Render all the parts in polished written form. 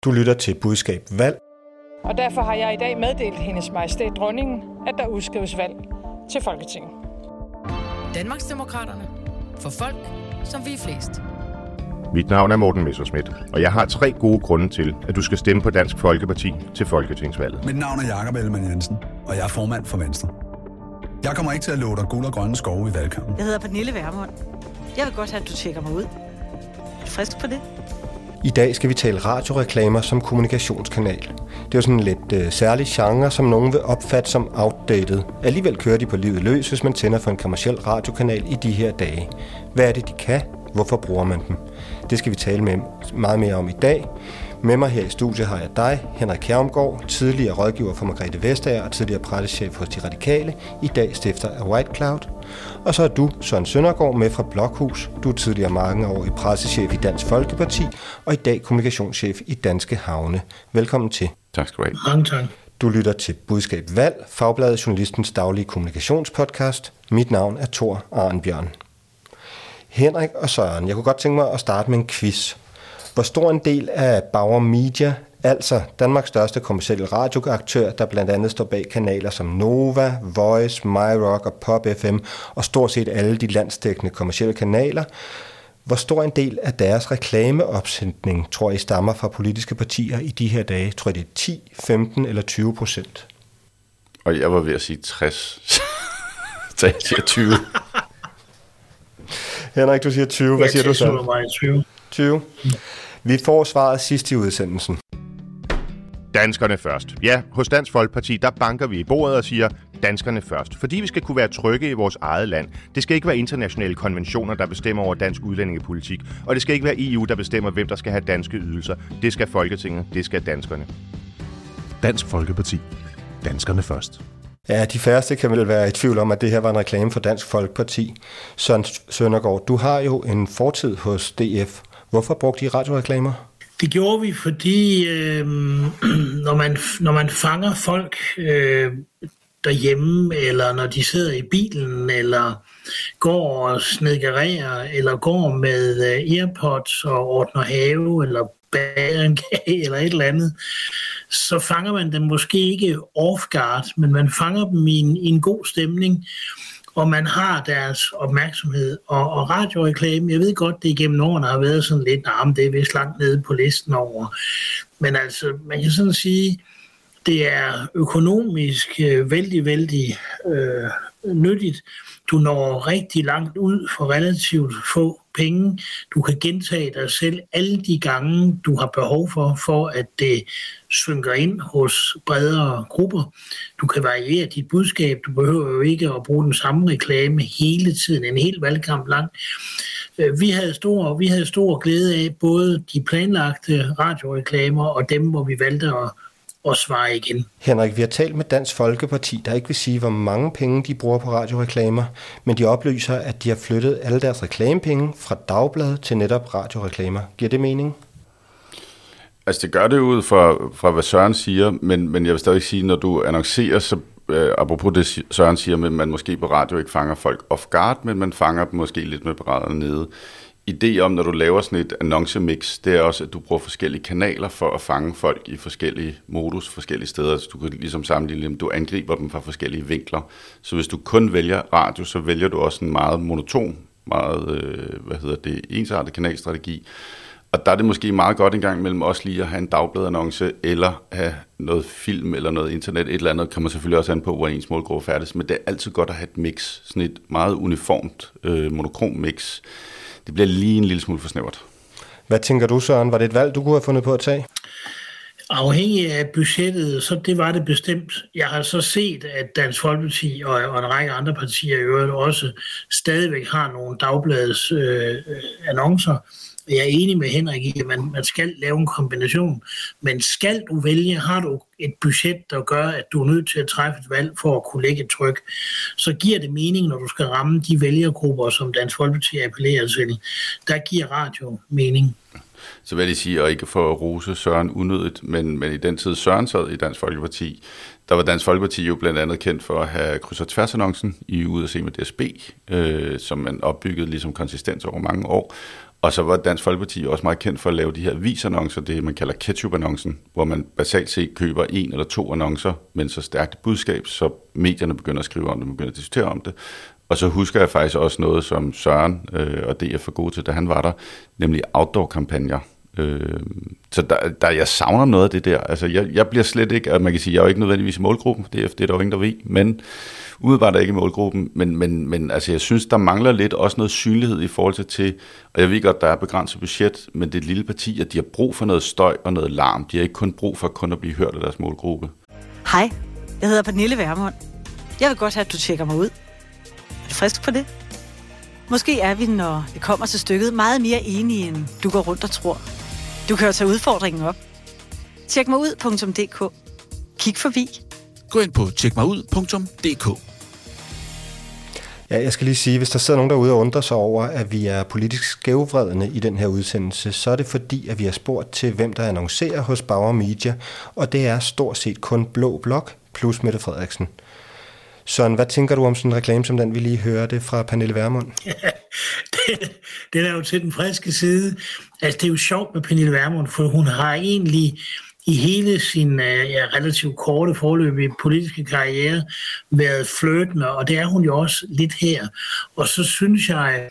Du lytter til Budskab Valg. Og derfor har jeg i dag meddelt Hendes Majestæt Dronningen, at der udskrives valg til Folketinget. Danmarksdemokraterne. For folk, som vi er flest. Mit navn er Morten Messerschmidt, og jeg har 3 gode grunde til, at du skal stemme på Dansk Folkeparti til folketingsvalget. Mit navn er Jakob Ellemann-Jensen, og jeg er formand for Venstre. Jeg kommer ikke til at love dig guld og grønne skove i valgkampen. Jeg hedder Pernille Vermund. Jeg vil godt have, at du tjekker mig ud. Er du frisk på det? I dag skal vi tale radioreklamer som kommunikationskanal. Det er jo sådan en lidt særlig genre, som nogen vil opfatte som outdated. Alligevel kører de på livet løs, hvis man tænder for en kommerciel radiokanal i de her dage. Hvad er det, de kan? Hvorfor bruger man dem? Det skal vi tale med meget mere om i dag. Med mig her i studiet har jeg dig, Henrik Kjærumgaard, tidligere rådgiver for Margrethe Vestager og tidligere pressechef hos De Radikale, i dag stifter af White Cloud. Og så er du, Søren Søndergaard, med fra Blokhus. Du er tidligere mangeårig pressechef i Dansk Folkeparti og i dag kommunikationschef i Danske Havne. Velkommen til. Tak skal du have. Mange tak. Du lytter til Budskab Valg, Fagbladet Journalistens daglige kommunikationspodcast. Mit navn er Thor Arnbjørn. Henrik og Søren, jeg kunne godt tænke mig at starte med en quiz. Hvor stor en del af Bauer Media, altså Danmarks største kommercielle radioaktør, der blandt andet står bag kanaler som Nova, Voice, MyRock og Pop FM, og stort set alle de landsdækkende kommercielle kanaler, hvor stor en del af deres reklameopsætning, tror I, stammer fra politiske partier i de her dage? Tror I, det er 10, 15 eller 20%? Og jeg var ved at sige 60. Så jeg siger 20. Henrik, du siger 20. Hvad siger du så? Jeg tilslutter mig 20. 20. Vi får svaret sidst i udsendelsen. Danskerne først. Ja, hos Dansk Folkeparti, der banker vi i bordet og siger danskerne først. Fordi vi skal kunne være trygge i vores eget land. Det skal ikke være internationale konventioner, der bestemmer over dansk udlændingepolitik. Og det skal ikke være EU, der bestemmer, hvem der skal have danske ydelser. Det skal Folketinget, det skal danskerne. Dansk Folkeparti. Danskerne først. Ja, de færreste kan vel være i tvivl om, at det her var en reklame for Dansk Folkeparti. Søren Søndergaard, du har jo en fortid hos DF. Hvorfor brugte I radioreklamer? Det gjorde vi, fordi når man fanger folk derhjemme, eller når de sidder i bilen, eller går og snedkererer, eller går med AirPods og ordner have, eller bager en kage, eller et eller andet, så fanger man dem måske ikke off guard, men man fanger dem i en god stemning, og man har deres opmærksomhed. Og radioreklame, jeg ved godt, det igennem årene har været sådan lidt, det er vist langt nede på listen over. Men altså, man kan sådan sige, det er økonomisk vældig nyttigt. Du når rigtig langt ud for relativt få penge. Du kan gentage dig selv alle de gange, du har behov for at det synker ind hos bredere grupper. Du kan variere dit budskab. Du behøver jo ikke at bruge den samme reklame hele tiden, en hel valgkamp lang. Vi havde stor glæde af både de planlagte radioreklamer og dem, hvor vi valgte at svare igen. Henrik, vi har talt med Dansk Folkeparti, der ikke vil sige, hvor mange penge de bruger på radioreklamer, men de oplyser, at de har flyttet alle deres reklamepenge fra dagbladet til netop radioreklamer. Giver det mening? Altså det gør det ud fra hvad Søren siger, men jeg vil stadig sige, når du annoncerer, så apropos det Søren siger, at man måske på radio ikke fanger folk off guard, men man fanger dem måske lidt med paraderne nede. Idé om, når du laver sådan et annoncemix, det er også, at du bruger forskellige kanaler for at fange folk i forskellige modus, forskellige steder. Så du kan ligesom sammenligne dem, du angriber dem fra forskellige vinkler. Så hvis du kun vælger radio, så vælger du også en meget monoton, meget ensartet kanalstrategi. Og der er det måske meget godt en gang imellem også lige at have en dagbladannonce, eller have noget film eller noget internet, et eller andet, kan man selvfølgelig også an på, hvor ens målgruppe færdes. Men det er altid godt at have et mix, sådan et meget uniformt, monokrom mix. Det bliver lige en lille smule for snævert. Hvad tænker du, Søren? Var det et valg, du kunne have fundet på at tage? Afhængig af budgettet, så det var det bestemt. Jeg har så set, at Dansk Folkeparti og en række andre partier i øvrigt også stadigvæk har nogle dagbladets annoncer. Jeg er enig med Henrik i, at man skal lave en kombination. Men skal du vælge, har du et budget, der gør, at du er nødt til at træffe et valg for at kunne lægge et tryk, så giver det mening, når du skal ramme de vælgergrupper, som Dansk Folkeparti appellerer til. Der giver radio mening. Så vil jeg sige, og ikke for at rose Søren unødigt, men i den tid Søren sad i Dansk Folkeparti, der var Dansk Folkeparti jo blandt andet kendt for at have kryds- og tværsannoncen i Ud at se med DSB, som man opbyggede ligesom konsistens over mange år. Og så var Dansk Folkeparti også meget kendt for at lave de her avisannoncer, det man kalder ketchup-annoncen, hvor man basalt set køber 1 eller 2 annoncer, men så stærkt budskab, så medierne begynder at skrive om det, begynder at diskutere om det. Og så husker jeg faktisk også noget, som Søren og DF var gode til, da han var der, nemlig outdoor-kampagner. Så jeg savner noget af det der. Altså, jeg bliver slet ikke, man kan sige, jeg er jo ikke nødvendigvis i målgruppen, det er der jo ingen, der ved, men umiddelbart er ikke i målgruppen, men altså, jeg synes, der mangler lidt også noget synlighed i forhold til, og jeg ved godt, der er begrænset budget, men det er et lille parti, at de har brug for noget støj og noget larm. De har ikke kun brug for kun at blive hørt af deres målgruppe. Hej, jeg hedder Pernille Vermund. Jeg vil godt have, at du tjekker mig ud. Er du frisk på det? Måske er vi, når det kommer til stykket, meget mere enige, end du går rundt og tror. Du kan jo tage udfordringen op. Tjek mig ud.dk. Kig forbi. Gå ind på tjekmigud.dk. Ja, jeg skal lige sige, hvis der sidder nogen derude og undrer sig over, at vi er politisk skævvredende i den her udsendelse, så er det fordi, at vi har spurgt til, hvem der annoncerer hos Bauer Media, og det er stort set kun Blå Blok plus Mette Frederiksen. Søren, hvad tænker du om sådan en reklame som den, vi lige hørte fra Pernille Vermund? Ja, det er jo til den friske side. Altså, det er jo sjovt med Pernille Vermund, for hun har egentlig i hele sin relativt korte forløbige politiske karriere været flirtende, og det er hun jo også lidt her. Og så synes jeg,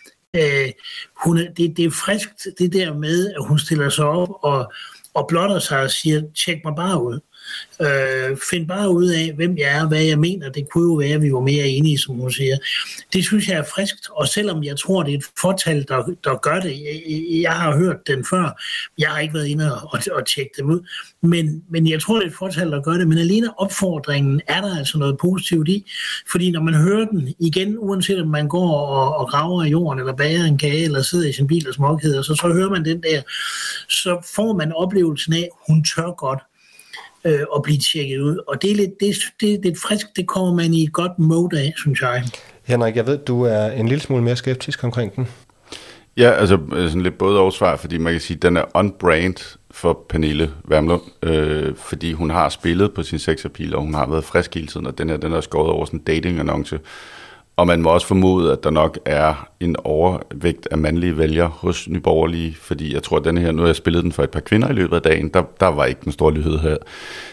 det er friskt det der med, at hun stiller sig op og blotter sig og siger, tjek mig bare ud. Find bare ud af, hvem jeg er, hvad jeg mener. Det kunne jo være, at vi var mere enige, som hun siger. Det synes jeg er friskt, og selvom jeg tror, det er et fortal, der gør det. Jeg har hørt den før. Jeg har ikke været inde og tjekke dem ud. Men jeg tror, det er et fortal, der gør det. Men alene opfordringen er der altså noget positivt i. Fordi når man hører den igen, uanset om man går og graver i jorden, eller bager en kage, eller sidder i sin bil og småkeder, så hører man den der, så får man oplevelsen af, hun tør godt og blive tjekket ud. Og det er lidt frisk, det kommer man i et godt mode af, synes jeg. Henrik, jeg ved, du er en lille smule mere skeptisk omkring den. Ja, altså sådan lidt både og svar, fordi man kan sige, at den er on-brand for Pernille Vermund, fordi hun har spillet på sin sexappeal, og hun har været frisk hele tiden, og den er skåret over sådan en dating-annonce. Og man må også formode, at der nok er en overvægt af mandlige vælgere hos Nye Borgerlige, fordi jeg tror, at denne her, nu har jeg spillet den for et par kvinder i løbet af dagen, der var ikke den store lydhed her.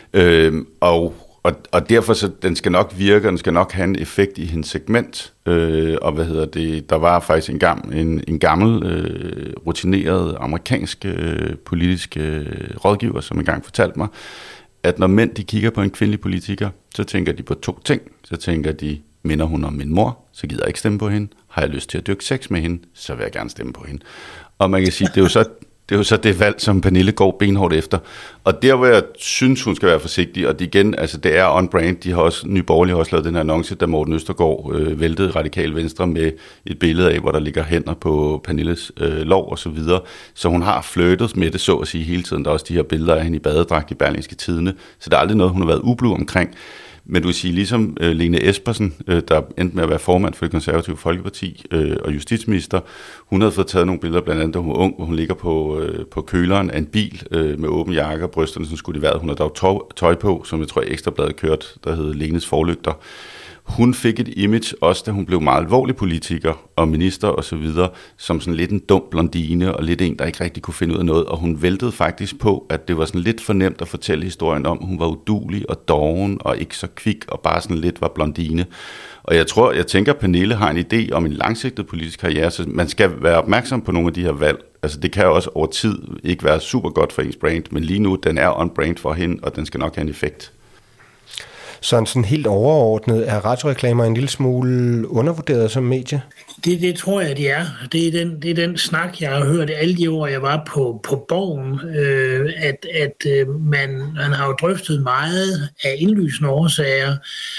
Og derfor, så den skal nok virke, og den skal nok have en effekt i hendes segment. Og der var faktisk en gammel, rutineret amerikansk politisk rådgiver, som engang fortalte mig, at når mænd de kigger på en kvindelig politiker, så tænker de på 2 ting. Så tænker de, minder hun om min mor, så gider jeg ikke stemme på hende. Har jeg lyst til at dyrke sex med hende, så vil jeg gerne stemme på hende. Og man kan sige, det er jo så det valg, som Pernille går benhårdt efter. Og der, hvor jeg synes, hun skal være forsigtig, og det igen, altså det er on-brand, Nye Borgerlige har også lavet den her annonce, da Morten Østergaard væltede Radikale Venstre med et billede af, hvor der ligger hænder på Pernilles lov og så videre. Så hun har flirtet med det, så at sige, hele tiden. Der er også de her billeder af hende i badedragt i Berlingske Tidende, så der er aldrig noget, hun har været ublu omkring. Men du vil sige, ligesom Lene Espersen, der endte med at være formand for Det Konservative Folkeparti og justitsminister, hun havde fået taget nogle billeder, blandt andet da hun var ung, hvor hun ligger på køleren af en bil med åben jakke og brysterne, som skulle i vejret. Hun havde dog tøj på, som jeg tror Ekstrabladet kørt, der hed Lenes forlygter. Hun fik et image, også da hun blev meget alvorlig politiker og minister og så videre, som sådan lidt en dum blondine og lidt en, der ikke rigtig kunne finde ud af noget. Og hun væltede faktisk på, at det var sådan lidt for nemt at fortælle historien om, at hun var uduelig og doven og ikke så kvik og bare sådan lidt var blondine. Og jeg tænker, at Pernille har en idé om en langsigtet politisk karriere, så man skal være opmærksom på nogle af de her valg. Altså det kan jo også over tid ikke være super godt for ens brand, men lige nu, den er on brand for hende, og den skal nok have en effekt. Sådan helt overordnet, er radioreklamer en lille smule undervurderet som medie? Det tror jeg, de er. Det er den snak, jeg har hørt alle de år, jeg var på Borgen, at man har jo drøftet meget af indlysende årsager,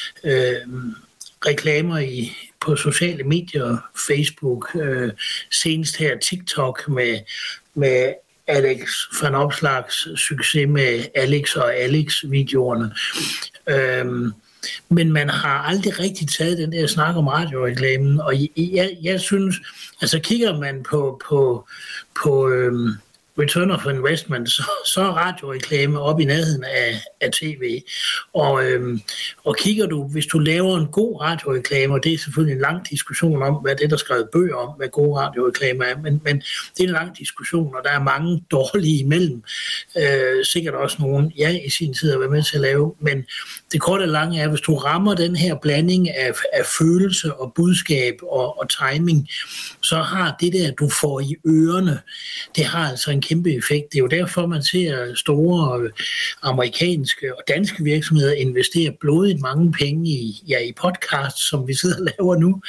reklamer på sociale medier, Facebook, senest her TikTok med Alex van Opslags succes med Alex og Alex-videoerne. Men man har aldrig rigtig taget den der snak om radioreklamen, og jeg synes, altså kigger man på return of investment, så er radioreklame op i nærheden af tv. Og kigger du, hvis du laver en god radioreklame, og det er selvfølgelig en lang diskussion om, hvad det er, der er skrevet bøger om, hvad god radioreklame er, men det er en lang diskussion, og der er mange dårlige imellem. Sikkert også nogen, jeg i sin tid har været med til at lave, men det korte og lange er, hvis du rammer den her blanding af følelse og budskab og timing, så har det der, du får i ørerne, det har altså en kæmpe effekt. Det er jo derfor, man ser store amerikanske og danske virksomheder investere blodigt mange penge i podcasts, som vi sidder og laver nu.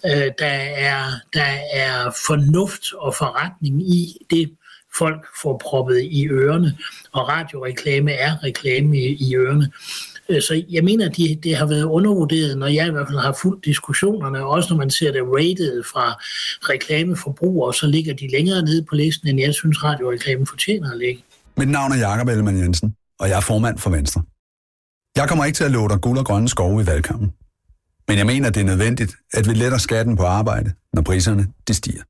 Der er fornuft og forretning i det, folk får proppet i ørerne, og radioreklame er reklame i ørerne. Så jeg mener, at det har været undervurderet, når jeg i hvert fald har fulgt diskussionerne, og også når man ser det rated fra reklameforbrugere, så ligger de længere nede på listen, end jeg synes, radioreklame fortjener at ligge. Mit navn er Jakob Ellemann Jensen, og jeg er formand for Venstre. Jeg kommer ikke til at love dig guld og grønne skove i valgkampen. Men jeg mener, det er nødvendigt, at vi letter skatten på arbejde, når priserne de stiger.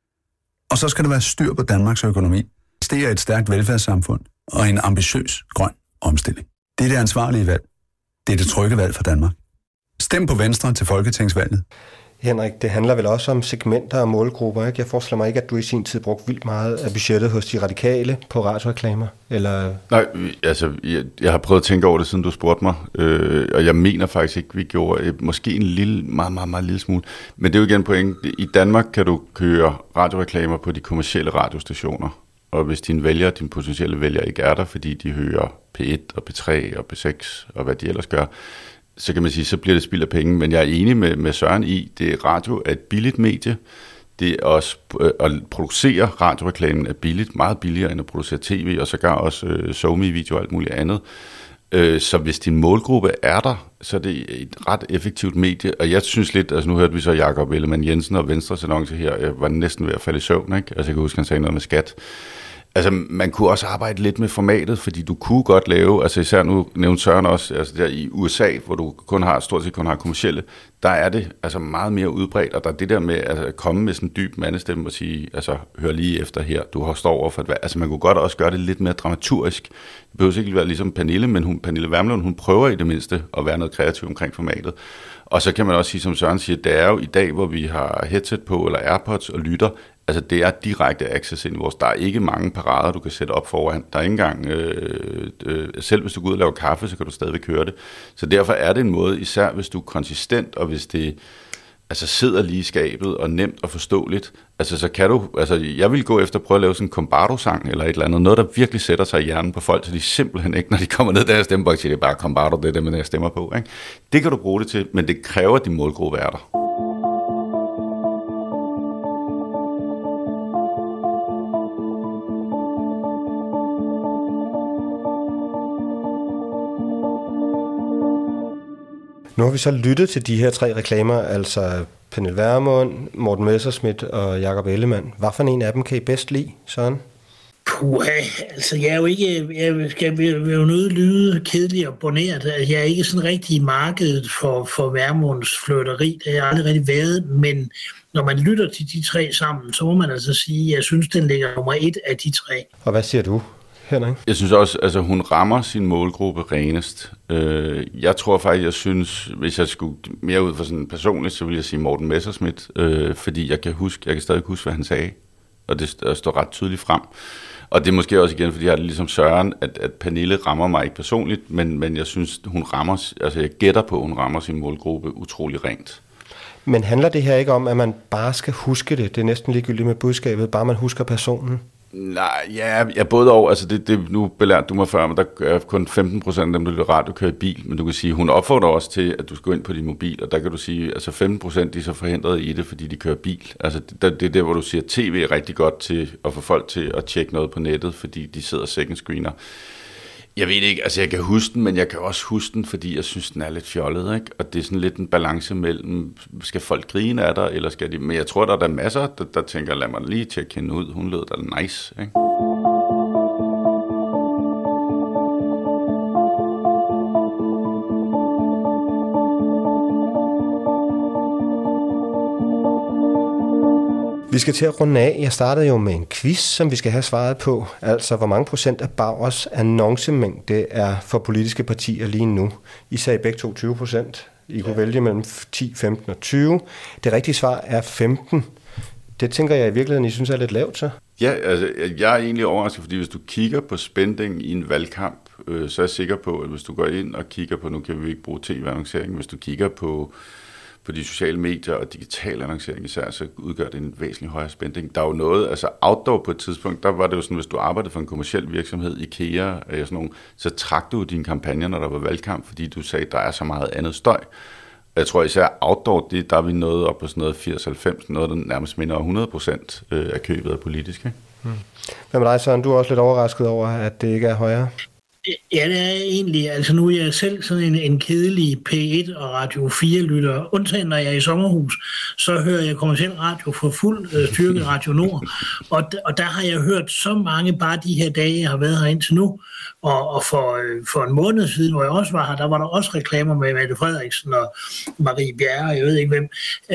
Og så skal der være styr på Danmarks økonomi. Det er et stærkt velfærdssamfund og en ambitiøs grøn omstilling. Det er det ansvarlige valg. Det er det trygge valg for Danmark. Stem på Venstre til folketingsvalget. Henrik, det handler vel også om segmenter og målgrupper, ikke? Jeg forestiller mig ikke, at du i sin tid brugte vildt meget af budgettet hos de radikale på radioreklamer, eller? Nej, altså, jeg har prøvet at tænke over det, siden du spurgte mig, og jeg mener faktisk ikke, vi gjorde måske en lille, meget lille smule. Men det er jo igen point. I Danmark kan du køre radioreklamer på de kommercielle radiostationer, og hvis dine potentielle vælgere ikke er der, fordi de hører P1 og P3 og P6 og hvad de ellers gør, så kan man sige, så bliver det spild af penge. Men jeg er enig med Søren i, det radio er et billigt medie. Det er også at producere radioreklamen er billigt, meget billigere end at producere tv, og sågar også SoMe-video og alt muligt andet. Så hvis din målgruppe er der, så er det et ret effektivt medie. Og jeg synes lidt, altså nu hørte vi så Jakob Ellemann Jensen og Venstres annonce her, jeg var næsten ved at falde i søvn, ikke? Altså jeg kan huske, han sagde noget med skat. Altså, man kunne også arbejde lidt med formatet, fordi du kunne godt lave, altså især nu nævnte Søren også, altså der i USA, hvor du stort set kun har kommercielle, der er det altså meget mere udbredt, og der er det der med at komme med sådan en dyb mandestemme og sige, altså hør lige efter her, du har stået over for et valg. Altså man kunne godt også gøre det lidt mere dramaturgisk. Det behøver ikke være ligesom Pernille, men Pernille Vermund, hun prøver i det mindste at være noget kreativ omkring formatet. Og så kan man også sige, som Søren siger, det er jo i dag, hvor vi har headset på, eller AirPods og lytter, altså det er direkte access ind i vores. Der er ikke mange parader, du kan sætte op foran. Der er ikke engang, selv hvis du går ud og laver kaffe, så kan du stadigvæk høre det. Så derfor er det en måde, især hvis du er konsistent, og hvis det altså sidder lige i skabet og nemt og forståeligt, altså så kan du, altså jeg vil gå efter at prøve at lave sådan en Combardo-sang eller et eller andet, noget der virkelig sætter sig i hjernen på folk, så de simpelthen ikke, når de kommer ned der stemmeboks, siger det bare Combardo, det er det, man jeg stemmer på, ikke? Det kan du bruge det til, men det kræver, at din målgruppe er der. Nu har vi så lyttet til de her 3 reklamer, altså Pernille Vermund, Morten Messerschmidt og Jakob Ellemann. Hvad for en af dem kan I bedst lide, Søren? Altså jeg er jo ikke, jeg vil jo nødt lyde kedelig og boneret. Jeg er ikke sådan rigtig i markedet for Vermunds flirteri. Det har jeg aldrig rigtig været, men når man lytter til de 3 sammen, så må man altså sige, at jeg synes, den ligger nummer 1 af de 3. Og hvad siger du, Henrik? Jeg synes også, altså hun rammer sin målgruppe renest. Jeg tror faktisk, jeg synes, hvis jeg skulle mere ud for sådan personligt, så vil jeg sige Morten Messerschmidt, fordi jeg kan stadig huske, hvad han sagde, og det står ret tydeligt frem. Og det er måske også igen, fordi jeg har det ligesom Søren, at Pernille rammer mig ikke personligt, men jeg synes, hun rammer, altså jeg gætter på, hun rammer sin målgruppe utrolig rent. Men handler det her ikke om, at man bare skal huske det? Det er næsten ligegyldigt med budskabet, bare man husker personen. Nej, ja, både og. Altså det nu belærte du mig før, men der er kun 15% af dem, der lytter radio, kører i bil. Men du kan sige, hun opfordrer også til, at du skal gå ind på din mobil, og der kan du sige, altså 15% de er så forhindret i det, fordi de kører bil. Altså det er der, hvor du siger, at tv er rigtig godt til at få folk til at tjekke noget på nettet, fordi de sidder second screener. Jeg ved ikke, altså jeg kan huske den, men jeg kan også huske den, fordi jeg synes, den er lidt fjollet, ikke? Og det er sådan lidt en balance mellem, skal folk grine af dig, eller skal de... Men jeg tror, der er masser, der tænker, lad mig lige tjekke hende ud, hun lød da nice, ikke? Vi skal til at runde af. Jeg startede jo med en quiz, som vi skal have svaret på. Altså, hvor mange procent af Bauers annoncemængde er for politiske partier lige nu? I sagde begge 20%. I kunne vælge mellem 10, 15 og 20. Det rigtige svar er 15. Det tænker jeg i virkeligheden, I synes er lidt lavt, så? Ja, altså, jeg er egentlig overrasket, fordi hvis du kigger på spending i en valgkamp, så er jeg sikker på, at hvis du går ind og kigger på, nu kan vi ikke bruge tv-annoncering, hvis du kigger på de sociale medier og digital annoncering især, så udgør det en væsentlig højere spending. Der er jo noget, altså outdoor på et tidspunkt, der var det jo sådan, hvis du arbejdede for en kommerciel virksomhed, IKEA og sådan nogle, så trak du dine kampagner, når der var valgkamp, fordi du sagde, der er så meget andet støj. Jeg tror især outdoor, der er vi nået op på sådan noget 80-90, noget der nærmest minder 100% af købet af politisk. Ikke? Hvad med dig, Søren? Du er også lidt overrasket over, at det ikke er højere? Ja, det er egentlig. Altså nu er jeg selv sådan en kedelig P1 og Radio 4-lytter. Undtagen når jeg er i sommerhus, så hører jeg kommerciel radio for fuld styrke Radio Nord. Og der har jeg hørt så mange bare de her dage, jeg har været her indtil nu. Og for en måned siden, hvor jeg også var her, der var der også reklamer med Mette Frederiksen og Marie Bjerre, jeg ved ikke hvem.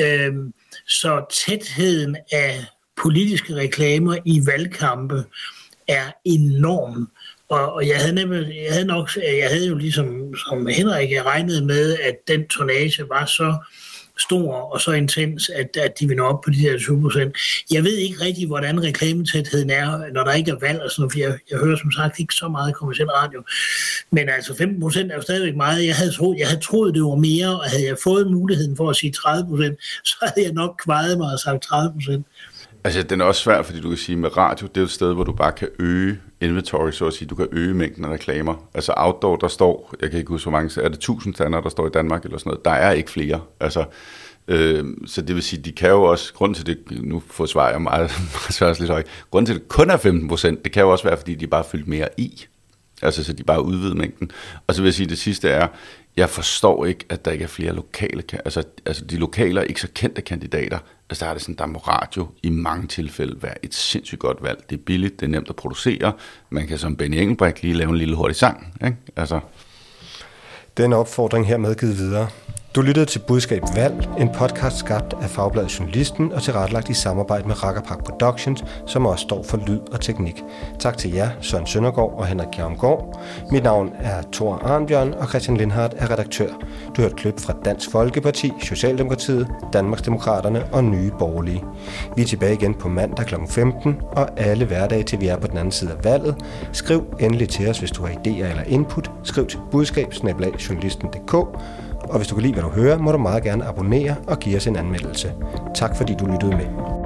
Så tætheden af politiske reklamer i valgkampe er enorm. Og jeg havde jo ligesom som Henrik, jeg regnede med, at den tonnage var så stor og så intens, at de vil nå op på de der 20%. Jeg ved ikke rigtig, hvordan reklametætheden er, når der ikke er valg og sådan noget, for jeg hører som sagt ikke så meget kommerciel radio. Men altså 15% er jo stadigvæk meget. Jeg havde troet, det var mere, og havde jeg fået muligheden for at sige 30%, så havde jeg nok kvejet mig og sagt 30%. Altså, den er også svær, fordi du kan sige, med radio, det er et sted, hvor du bare kan øge inventory, så at sige. Du kan øge mængden af reklamer. Altså, outdoor, der står, jeg kan ikke huske, hvor mange, er det 1000 standarder, der står i Danmark, eller sådan noget. Der er ikke flere. Altså, så det vil sige, de kan jo også, grund til det, nu forsvarer jeg meget svært lidt højt, grund til det kun er 15%, det kan jo også være, fordi de bare har fyldt mere i. Altså, så de bare udvider mængden. Og så vil jeg sige, det sidste er, jeg forstår ikke, at der ikke er flere lokale, altså de lokale og ikke så kendte kandidater. Altså der er det sådan, der må radio i mange tilfælde være et sindssygt godt valg. Det er billigt, det er nemt at producere. Man kan som Benny Engelbrecht lige lave en lille hurtig sang. Ikke? Altså. Den opfordring her medgivet videre. Du lyttede til Budskab Valg, en podcast skabt af Fagbladet Journalisten og tilrettelagt i samarbejde med Rakkerpak Productions, som også står for lyd og teknik. Tak til jer, Søren Søndergaard og Henrik Kjærumgaard. Mit navn er Thor Arnbjørn, og Christian Lindhardt er redaktør. Du hørte klip fra Dansk Folkeparti, Socialdemokratiet, Danmarksdemokraterne og Nye Borgerlige. Vi er tilbage igen på mandag kl. 15, og alle hverdage til vi er på den anden side af valget. Skriv endelig til os, hvis du har idéer eller input. Skriv til budskab@journalisten.dk. Og hvis du kan lide, hvad du hører, må du meget gerne abonnere og give os en anmeldelse. Tak fordi du lyttede med.